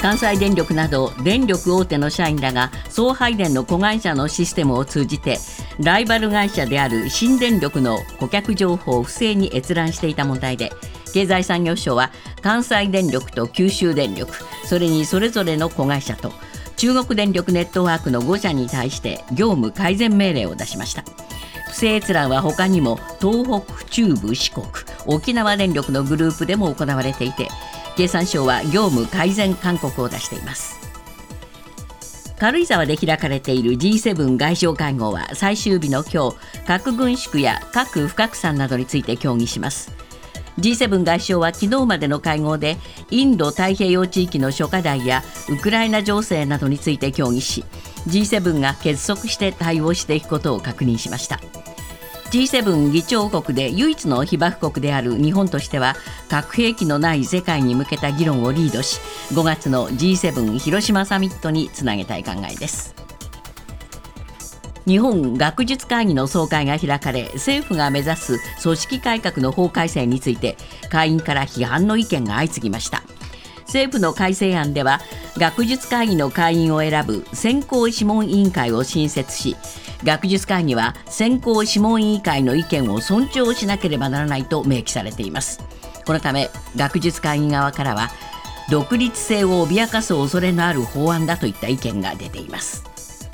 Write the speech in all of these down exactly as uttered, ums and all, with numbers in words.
関西電力など電力大手の社員らが送配電の子会社のシステムを通じてライバル会社である新電力の顧客情報を不正に閲覧していた問題で、経済産業省は関西電力と九州電力、それにそれぞれの子会社と中国電力ネットワークのご社に対して業務改善命令を出しました。不正閲覧は他にも東北、中部、四国、沖縄電力のグループでも行われていて、経産省は業務改善勧告を出しています。軽井沢で開かれている ジーセブン 外相会合は最終日の今日、核軍縮や核不拡散などについて協議します。 ジーセブン 外相は昨日までの会合でインド太平洋地域の諸課題やウクライナ情勢などについて協議し、 ジーセブン が結束して対応していくことを確認しました。 ジーセブン 議長国で唯一の被爆国である日本としては、核兵器のない世界に向けた議論をリードし、ごがつの ジーセブン 広島サミットにつなげたい考えです。日本学術会議の総会が開かれ、政府が目指す組織改革の法改正について会員から批判の意見が相次ぎました。政府の改正案では、学術会議の会員を選ぶ選考諮問委員会を新設し、学術会議は選考諮問委員会の意見を尊重しなければならないと明記されています。このため学術会議側からは、独立性を脅かす恐れのある法案だといった意見が出ています。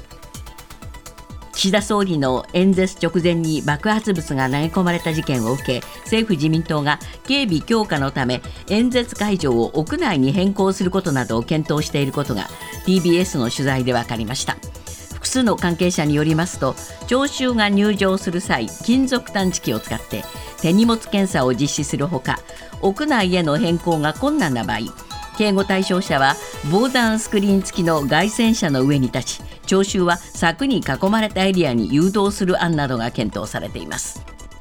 岸田総理の演説直前に爆発物が投げ込まれた事件を受け、政府自民党が警備強化のため演説会場を屋内に変更することなどを検討していることが ティービーエス の取材で分かりました。複数の関係者によりますと、聴衆が入場する際、金属探知機を使って手荷物検査を実施するほか、屋内への変更が困難な場合、警護対象者は防弾スクリーン付きの街宣車の上に立ち、聴衆は柵に囲まれたエリアに誘導する案などが検討されています。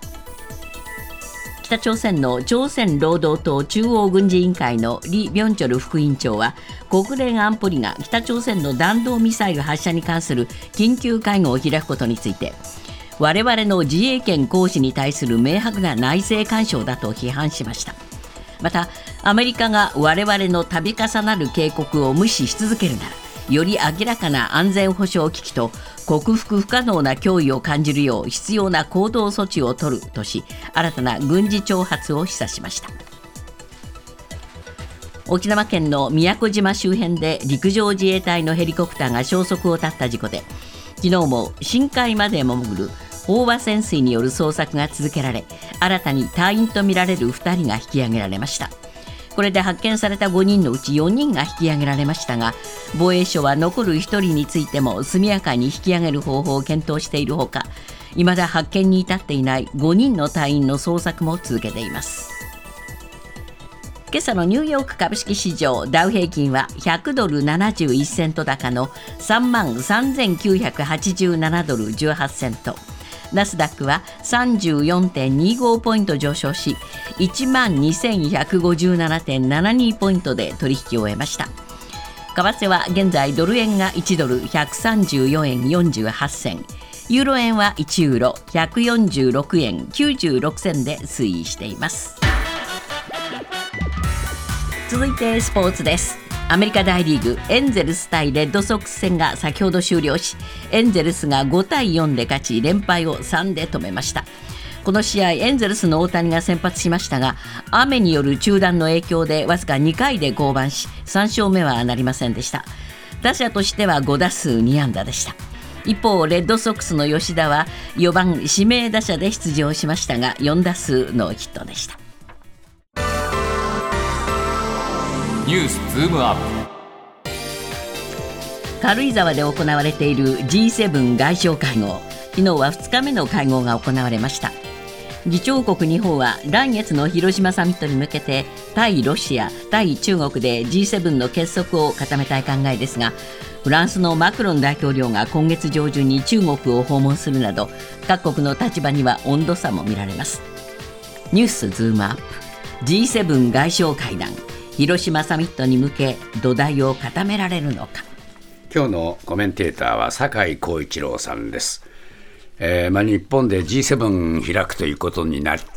北朝鮮の朝鮮労働党中央軍事委員会のリ・ビョンチョル副委員長は、国連安保理が北朝鮮の弾道ミサイル発射に関する緊急会合を開くことについて、我々の自衛権行使に対する明白な内政干渉だと批判しました。また、アメリカが我々の度重なる警告を無視し続けるなら、より明らかな安全保障危機と克服不可能な脅威を感じるよう必要な行動措置を取るとし、新たな軍事挑発を示唆しました。沖縄県の宮古島周辺で陸上自衛隊のヘリコプターが消息を絶った事故で、昨日も深海まで潜る飽和潜水による捜索が続けられ、新たに隊員とみられるふたりが引き上げられました。これで発見されたごにんのうちよにんが引き上げられましたが、防衛省は残るひとりについても速やかに引き上げる方法を検討しているほか、未だ発見に至っていないごにんの隊員の捜索も続けています。今朝のニューヨーク株式市場、ダウ平均はひゃくドルななじゅういちセント高の さんまんさんぜんきゅうひゃくはちじゅうななドルじゅうはちセント、ナスダックは さんじゅうよんてんにご ポイント上昇し いちまんにせんひゃくごじゅうななてんななに ポイントで取引を終えました。為替は現在ドル円がいちドルひゃくさんじゅうよえんよんじゅうはち銭、ユーロ円はいちユーロひゃくよんじゅうろくえんきゅうじゅうろく銭で推移しています。続いてスポーツです。アメリカ大リーグ、エンゼルス対レッドソックス戦が先ほど終了し、エンゼルスがごたいよんで勝ち、連敗をさんで止めました。この試合、エンゼルスの大谷が先発しましたが、雨による中断の影響でわずかにかいで降板し、さん勝目はなりませんでした。打者としてはご打数に安打でした。一方、レッドソックスの吉田はよばん指名打者で出場しましたが、よん打数ノーヒットでした。 ニュースズームアップ。 軽井沢で行われている ジーセブン 外相会合、昨日はふつかめの会合が行われました。議長国日本は来月の広島サミットに向けて対ロシア、対中国で ジーセブン の結束を固めたい考えですが、フランスのマクロン大統領が今月上旬に中国を訪問するなど、各国の立場には温度差も見られます。ニュースズームアップ。 ジーセブン 外相会談、広島サミットに向け土台を固められるのか。 今日のコメンテーターは酒井光一郎さんです。えーまあ、日本で ジーセブン 開くということになっ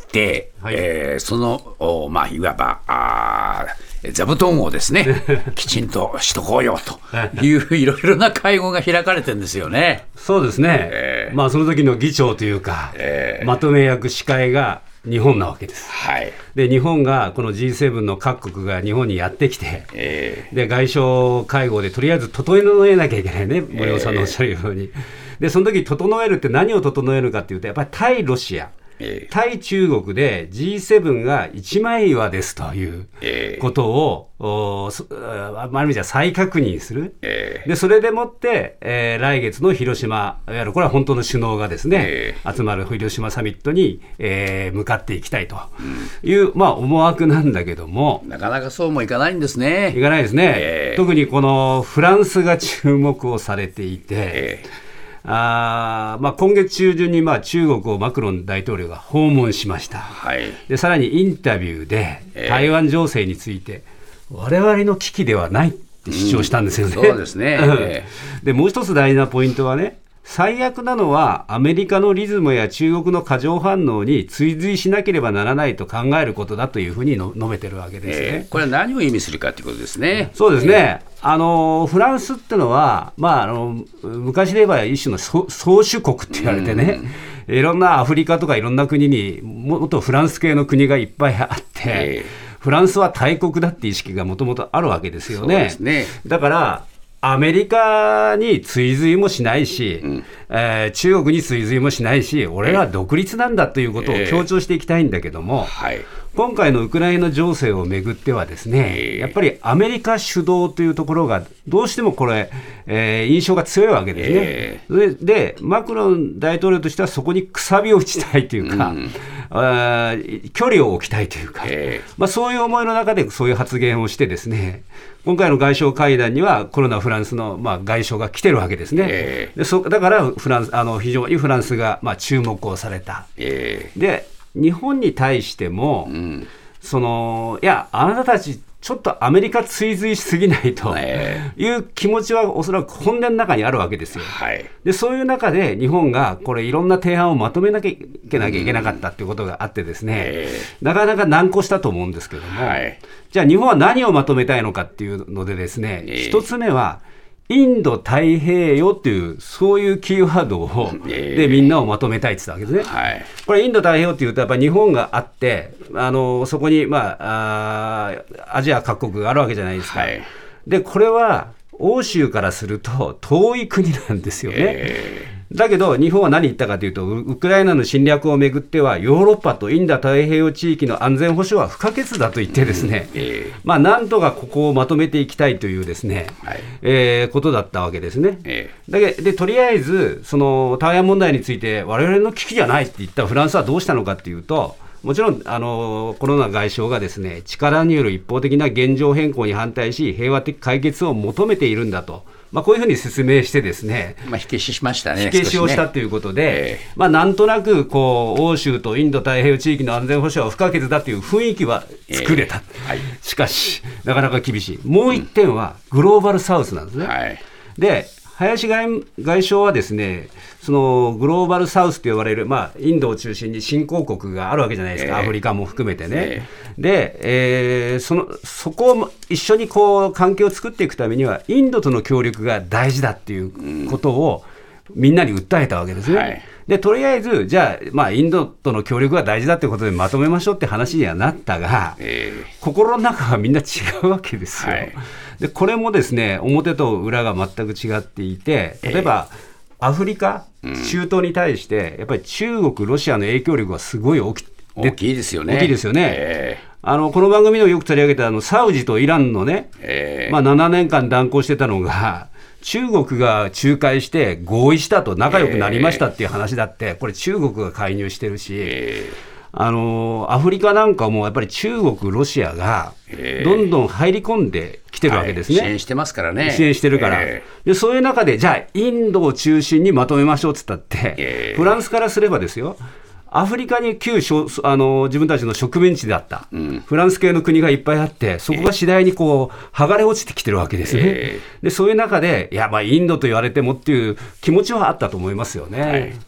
て、 はいえーその、おまあ、いわばあ座布団をですねきちんとしとこうよといういろいろな会合が開かれてるんですよね。 そうですね、 えーまあ、その時の議長というか、 えーまとめ役司会が日本なわけです。 はいで日本がこの ジーセブン の各国が日本にやってきて、 えで外相会合でとりあえず整えなきゃいけないね、森尾さんのおっしゃるように、でその時整えるって何を整えるかっていうと、やっぱり対ロシア、 えー対中国で ジーセブン が一枚岩ですというえーことを、おそあある意味じゃ再確認する、 えーでそれでもって、えー来月の広島、いわゆるこれは本当の首脳がですね、 え集まる広島サミットに、えー向かっていきたいという、まあ、思惑なんだけども、 なかなかそうもいかないんですね。 いかないですね、 えー特にこのフランスが注目をされていて、 えあーまあ、今月中旬にまあ中国をマクロン大統領が訪問しました。 はいでさらにインタビューでえー台湾情勢について、我々の危機ではないって主張したんですよね、 うんそうですねうんえでもう一つ大事なポイントはね、最悪なのはアメリカのリズムや中国の過剰反応に追随しなければならないと考えることだというふうにの述べてるわけですね、 えーこれは何を意味するかということですね。 そうですね、あのフランスってのは、まあ、あの昔で言えば一種の宗宗主国って言われてね、いろんなアフリカとかいろんな国にもっとフランス系の国がいっぱいあって、 えフランスは大国だっていう意識がもともとあるわけですよそうね。 ですねだからアメリカに追随もしないし、えー中国に追随もしないし、俺らは独立なんだということを強調していきたいんだけども、 はい今回のウクライナ情勢をめぐってはですね、 えーやっぱりアメリカ主導というところがどうしてもこれ、えー印象が強いわけですね、 えででマクロン大統領としてはそこにくさびを打ちたいというか、あー距離を置きたいというか、 えまあ、そういう思いの中でそういう発言をしてですね、今回の外相会談にはコロナフランスの、まあ、外相が来てるわけですね、 えでそだからフランスあの非常にフランスが、まあ、注目をされた。 えで日本に対しても、 ーうんそのいやあなたたちちょっとアメリカ追随しすぎないとえいう気持ちはおそらく本音の中にあるわけですよ。 はいでそういう中で日本がこれいろんな提案をまとめなきゃいけなきゃいけなかったということがあってですね、 えなかなか難航したと思うんですけども、 はいじゃあ日本は何をまとめたいのかっていうのでですね、 ええ一つ目はインド太平洋というそういうキーワードを、 ええでみんなをまとめたいって言ったわけですね。 はいこれインド太平洋っていうとやっぱり日本があってあのそこに、まあ、あーアジア各国があるわけじゃないですか、 はいでこれは欧州からすると遠い国なんですよね、 えだけど日本は何言ったかというとウウクライナの侵略をめぐってはヨーロッパとインド太平洋地域の安全保障は不可欠だと言ってですね、 えまあ、なんとかここをまとめていきたいというですね、 はいえーことだったわけですね。 えだけでとりあえずその台湾問題について我々の危機じゃないって言ったフランスはどうしたのかっていうと、もちろんあのコロナ外相がですね力による一方的な現状変更に反対し平和的解決を求めているんだと、まあ、こういうふうに説明してですねーまあ、火消ししましたね。 火消しをした少ねということで、 ええまあ、なんとなくこう欧州とインド太平洋地域の安全保障は不可欠だという雰囲気は作れた、 ええはいしかしなかなか厳しい。もう一点はグローバルサウスなんですね、 はいで林外外相はですねそのグローバルサウスと呼ばれる、まあ、インドを中心に新興国があるわけじゃないですか、 ええアフリカも含めてね、 えで、えーそのそこを一緒にこう関係を作っていくためにはインドとの協力が大事だっていうことをみんなに訴えたわけですね、 はいでとりあえずじゃあ、まあ、インドとの協力が大事だということでまとめましょうって話にはなったが、 え心の中はみんな違うわけですよ、 はいでこれもですね表と裏が全く違っていて、例えば、アフリカ、中東に対してやっぱり中国、ロシアの影響力はすごい大きー大きいですよね。 大きいですよね、 えあのこの番組でもよく取り上げたあのサウジとイランのね、 ーえーまあ、ななねんかん断交してたのが中国が仲介して合意したと仲良くなりましたっていう話だって、これ中国が介入してるし、 えあのアフリカなんかもやっぱり中国、ロシアがどんどん入り込んできてるわけですね、 はい支援してますからね。 支援してるから、 えでそういう中でじゃあインドを中心にまとめましょうっつったって、 えーフランスからすればですよ、アフリカに旧少あの自分たちの植民地だった、 んフランス系の国がいっぱいあって、そこが次第にこう剥がれ落ちてきてるわけですね、 えでそういう中でいや、まあ、インドと言われてもっていう気持ちはあったと思いますよね。 はい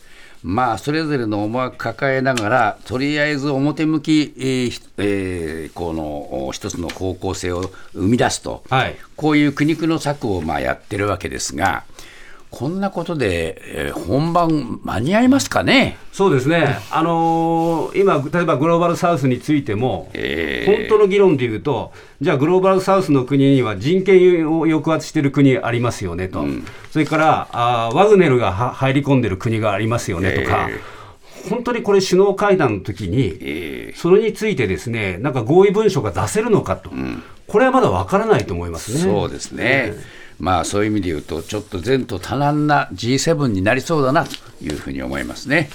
まあ、それぞれの思惑抱えながら、とりあえず表向き、えーえーこの一つの方向性を生み出すと、はい、こういう苦肉の策をまあやってるわけですが、こんなことで、えー、本番間に合いますかね。 そうですね、あのー、今、例えばグローバルサウスについても、えー、本当の議論でいうと、じゃあ、グローバルサウスの国には人権を抑圧している国ありますよねと、うん、それからあワグネルが入り込んでいる国がありますよねとか、えー、本当にこれ、首脳会談の時に、えー、それについてですね、なんか合意文書が出せるのかと、うん、これはまだ分からないと思いますね。 そうですね、えーまあ、そういう意味で言うと、ちょっと前途多難な ジーセブン になりそうだなというふうに思いますね。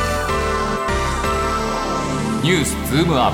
ニュースズームアッ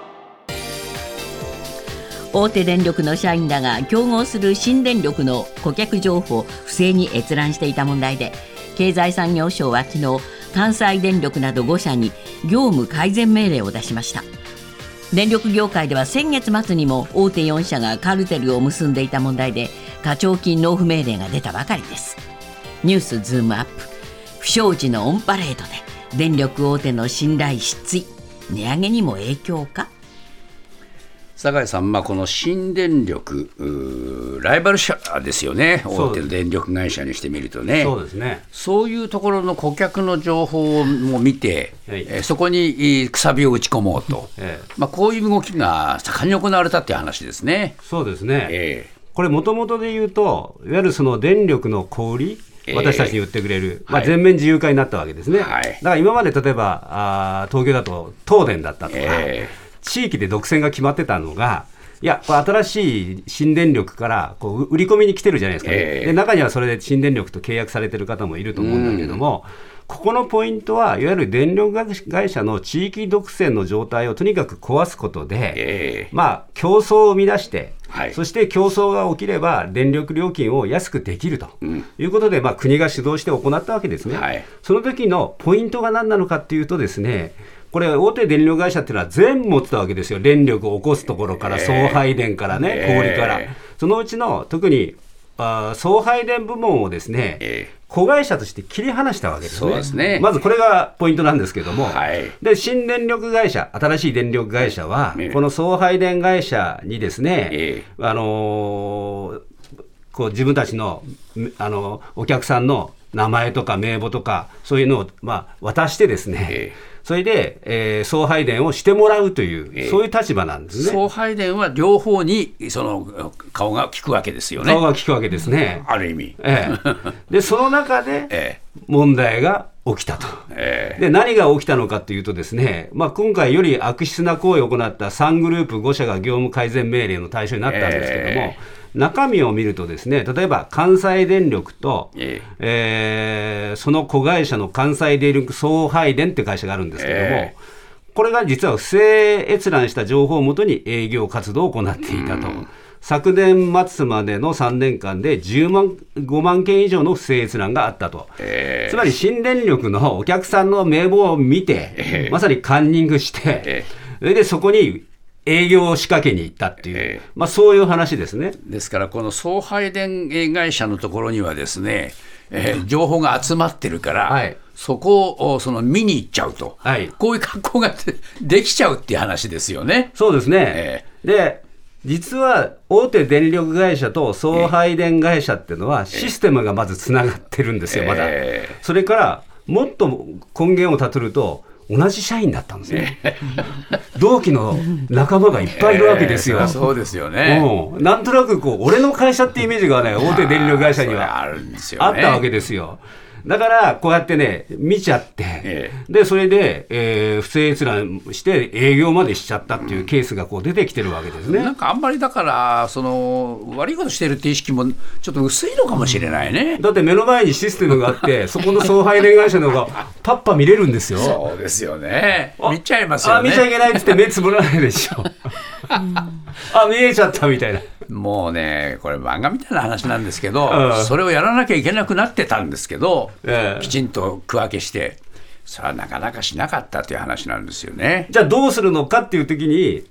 プ。大手電力の社員らが競合する新電力の顧客情報を不正に閲覧していた問題で、経済産業省は昨日、関西電力などご社に業務改善命令を出しました。電力業界では先月末にも大手よん社がカルテルを結んでいた問題で、課徴金納付命令が出たばかりです。ニュースズームアップ。不祥事のオンパレードで電力大手の信頼失墜、値上げにも影響か。 酒井さん、まあ、この新電力ライバル社ですよね、大手の電力会社にしてみるとね。 そうですね、 そういうところの顧客の情報も見て、はい、えそこにくさびを打ち込もうと、ええまあ、こういう動きが盛んに行われたという話ですね。 そうですね、ええこれもともとで言うと、いわゆるその電力の小売り、私たちに売ってくれる、えーまあ、全面自由化になったわけですね、はい、だから今まで例えばあ東京だと東電だったとか、えー、地域で独占が決まってたのが、いやこれ新しい新電力からこう売り込みに来てるじゃないですかね、えー、で中にはそれで新電力と契約されてる方もいると思うんだけれども、ここのポイントはいわゆる電力会社の地域独占の状態をとにかく壊すことで、えーまあ、競争を生み出して、はい、そして競争が起きれば電力料金を安くできるということで、うんまあ、国が主導して行ったわけですね、はい、その時のポイントが何なのかというとですね、これ大手電力会社っていうのは全部持ってたわけですよ。電力を起こすところから、送配電からね、えー、小売りから、そのうちの特にあ送配電部門をですね、えー子会社として切り離したわけですね。そうですね。まずこれがポイントなんですけども、はい、で新電力会社、新しい電力会社は、ええ、この送配電会社にですね、ええあのー、こう自分たちの、あのお客さんの名前とか名簿とかそういうのを、まあ、渡してですね、ええそれで、えー、送配電をしてもらうという、えー、そういう立場なんですね。 送配電は両方にその顔が利くわけですよね。 顔が利くわけですね、 ある意味、 えー、でその中で問題が起きたと、えー、で何が起きたのかというとですね、まあ、今回より悪質な行為を行ったさんグループご社が業務改善命令の対象になったんですけども、えー中身を見るとですね、例えば関西電力と、えーえー、その子会社の関西電力送配電という会社があるんですけれども、えー、これが実は不正閲覧した情報をもとに営業活動を行っていたと。昨年末までのさんねんかんでじゅうまん、ごまんけん以上の不正閲覧があったと、えー、つまり新電力のお客さんの名簿を見て、えー、まさにカンニングして、えー、それでそこに営業を仕掛けに行ったっていう、えーまあ、そういう話ですね。 ですからこの送配電会社のところにはですね、えー、情報が集まってるから、はい、そこをその見に行っちゃうと、はい、こういう格好ができちゃうっていう話ですよね。 そうですね、えー、で実は大手電力会社と送配電会社っていうのはシステムがまずつながってるんですよ、まだ、えー、それからもっと根源をたどると同じ社員だったんですね同期の仲間がいっぱいいるわけですよ、えー、 そうですよね、 うん、なんとなくこう俺の会社ってイメージがね大手電力会社にはあったわけですよ。だからこうやってね見ちゃって、ええ、でそれで、えー、不正閲覧して営業までしちゃったっていうケースがこう出てきてるわけですね、うん、 なんかあんまりだからその悪いことしてるって意識もちょっと薄いのかもしれないね、 うん、だって目の前にシステムがあってそこの送配電会社の方がパッパ見れるんですよ。 そうですよね、見ちゃいますよね。 あ見ちゃいけないって言って目つぶらないでしょあ見えちゃったみたいな。 もうねこれ漫画みたいな話なんですけど、うん、それをやらなきゃいけなくなってたんですけど、えー、きちんと区分けしてそれはなかなかしなかったという話なんですよね。 じゃあどうするのかっていう時に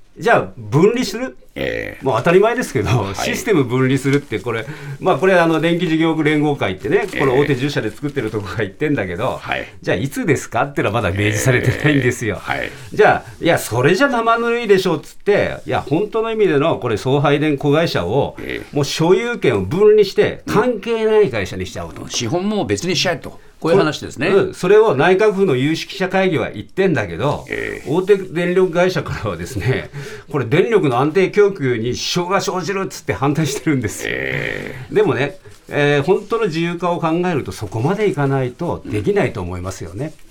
じゃあ分離する、 えー、 もう当たり前ですけど、はい、システム分離するってこれ、まあ、これあの電気事業連合会ってね、これ大手じゅっ社で作ってるところが言ってんだけど、はい、じゃあいつですかっていうのはまだ明示されてないんですよ、えーはい、じゃあいやそれじゃ生ぬるいでしょっつって、いや本当の意味でのこれ送配電子会社を、えー、もう所有権を分離して関係ない会社にしちゃおうと、うん、 資本も別にしちゃえと、こういう話ですね。 うん、それを内閣府の有識者会議は言ってんだけど、えー、大手電力会社からはですね、これ電力の安定供給に支障が生じるっつって反対してるんですよ、えー、でもね、えー、本当の自由化を考えるとそこまでいかないとできないと思いますよね、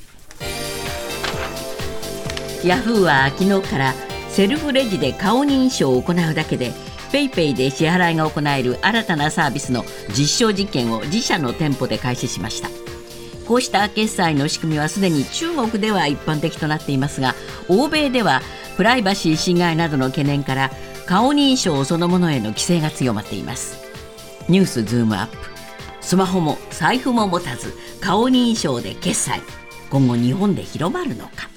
うん、ヤフーは昨日からセルフレジで顔認証を行うだけでペイペイで支払いが行える新たなサービスの実証実験を自社の店舗で開始しました。こうした決済の仕組みはすでに中国では一般的となっていますが、欧米ではプライバシー侵害などの懸念から顔認証そのものへの規制が強まっています。ニュースズームアップ。スマホも財布も持たず顔認証で決済、今後日本で広まるのか。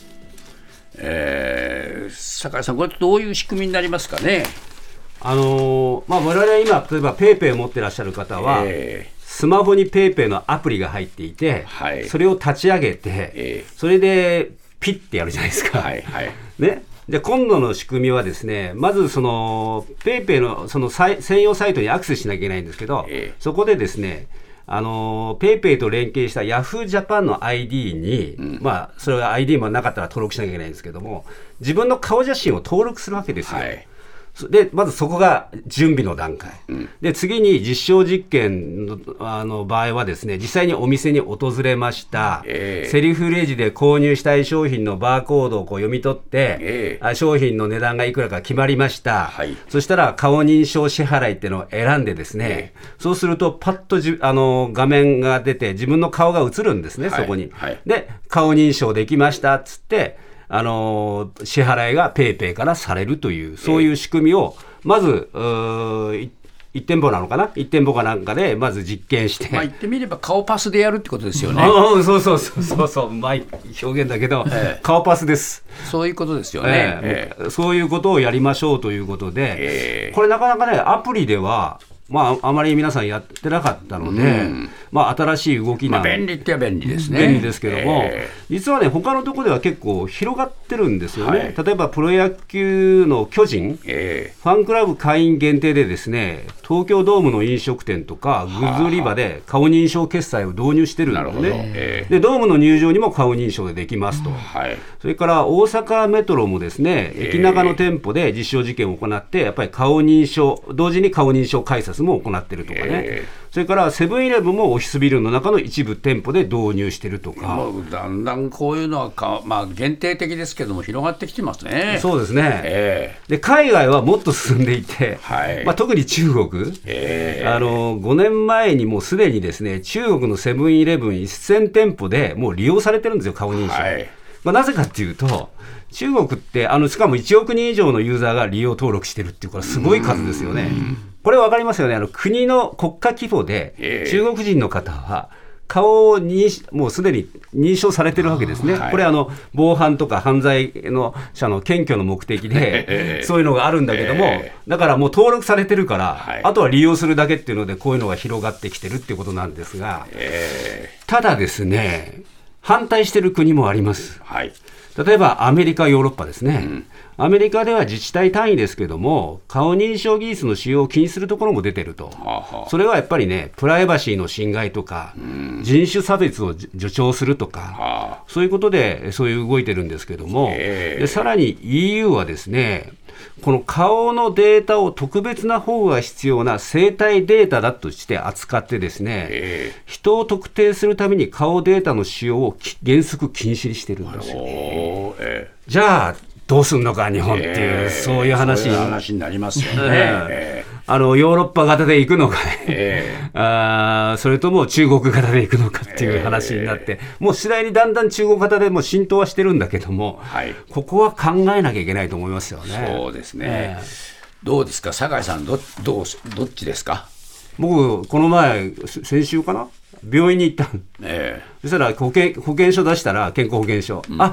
えー、酒井さん、これどういう仕組みになりますかね。 あのーまあ、我々は今例えばペイペイを持ってらっしゃる方は、えースマホにペイペイのアプリが入っていて、はい、それを立ち上げて、えー、それでピッてやるじゃないですか、はいはいね、で今度の仕組みはですね、まずそのペイペイのその専用サイトにアクセスしなきゃいけないんですけど、えー、そこでですね、あのペイペイと連携したヤフージャパンの アイディー に、うん、まあそれは アイディー もなかったら登録しなきゃいけないんですけども、自分の顔写真を登録するわけですよ、はい、でまずそこが準備の段階、うん、で次に実証実験 の, あの場合はですね、実際にお店に訪れました、えー、セルフレジで購入したい商品のバーコードをこう読み取って、えー、商品の値段がいくらか決まりました、はい、そしたら顔認証支払いっていうのを選んでですね、えー、そうするとパッとじあの画面が出て自分の顔が映るんですね、はい、そこに、はい、で顔認証できましたっつってあのー、支払いがペイペイからされるという、そういう仕組みをまずいち店舗なのかな、いち店舗かなんかでまず実験して、 まあ、言ってみれば顔パスでやるってことですよね。 ああ、そうそうそうそうそう、うまい表現だけど、ええ、顔パスです。 そういうことですよね、 ええええ、そういうことをやりましょうということで、ええ、これなかなかねアプリではまあ、あまり皆さんやってなかったので、うんまあ、新しい動きなん、 まあ、便利っては便利ですね。 便利ですけども、えー、実はね他のところでは結構広がってるんですよね、はい、例えばプロ野球の巨人、えー、ファンクラブ会員限定でですね、東京ドームの飲食店とかグッズ売り場で顔認証決済を導入してるんですね、えー、でドームの入場にも顔認証でできますと、はい、それから大阪メトロもですね、駅中の店舗で実証実験を行ってやっぱり顔認証同時に顔認証改札も行ってるとかね、えー、それからセブンイレブンもオフィスビルの中の一部店舗で導入してるとか、 もうだんだんこういうのはか、まあ、限定的ですけども広がってきてますね。 そうですね、えー、で海外はもっと進んでいて、はいまあ、特に中国、えー、あのごねんまえにもうすでにですね、中国のセブンイレブンせん店舗でもう利用されてるんですよ、顔認証、はいまあ、なぜかっていうと中国ってあのしかもいちおくにん以上のユーザーが利用登録してるっていう、これすごい数ですよね。これ分かりますよね。あの国の国家規模で中国人の方は顔を認もうすでに認証されてるわけですね、はい、これあの防犯とか犯罪の者の検挙の目的でそういうのがあるんだけども、だからもう登録されてるから、はい、あとは利用するだけっていうのでこういうのが広がってきてるっていうことなんですが、ただですね反対してる国もあります、はい、例えばアメリカヨーロッパですね、うんアメリカでは自治体単位ですけども顔認証技術の使用を気にするところも出てると、はあはあ、それはやっぱりねプライバシーの侵害とか、うん、人種差別を助長するとか、はあ、そういうことでそういう動いてるんですけども、えー、でさらに イーユー はですねこの顔のデータを特別な方が必要な生体データだとして扱ってですね、えー、人を特定するために顔データの使用を原則禁止にしてるんですよ、えー、じゃあどうすんのか日本っていう、えー、そういう話、 そういう話になりますよね、 えー、あのヨーロッパ型で行くのかね、えー、あそれとも中国型で行くのかっていう話になって、えー、もう次第にだんだん中国型でも浸透はしてるんだけども、はい、ここは考えなきゃいけないと思いますよね。 そうですね、えー、どうですか酒井さん ど, ど, うどっちですか。 僕この前先週かな病院に行った、えー、そしたら保険、保険証出したら健康保険証、うん、あ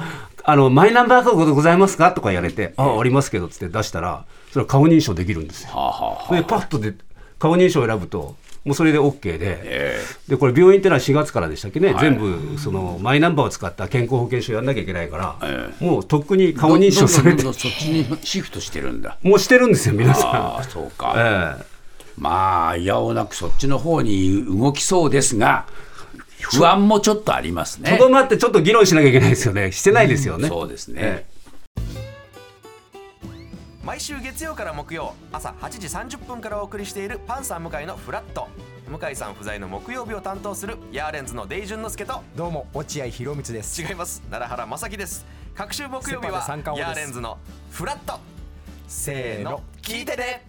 あのマイナンバーカードでございますかとか言われて、ああありますけどっつって出したら、それは顔認証できるんですよ。はあはあ、でパッとで顔認証を選ぶともうそれで OK で、えー、でこれ病院ってのはしがつからでしたっけね、はい、全部そのマイナンバーを使った健康保険証やんなきゃいけないから、えー、もうとっくに顔認証されて、 そっちにシフトしてるんだ。 もうしてるんですよ皆さん。 あそうか、えー、まあいやおなくそっちの方に動きそうですが、不安もちょっとありますね。 とどまってちょっと議論しなきゃいけないですよね。してないですよね、 うん、そうですね、えー毎週月曜から木曜朝はちじさんじゅっぷんからお送りしているパンサー向井のフラット。向井さん不在の木曜日を担当するヤーレンズのデイジュンの之介と、 どうも落合博満です。 違います、奈良原正樹です。各週木曜日はヤーレンズのフラット。せーの聞いてね。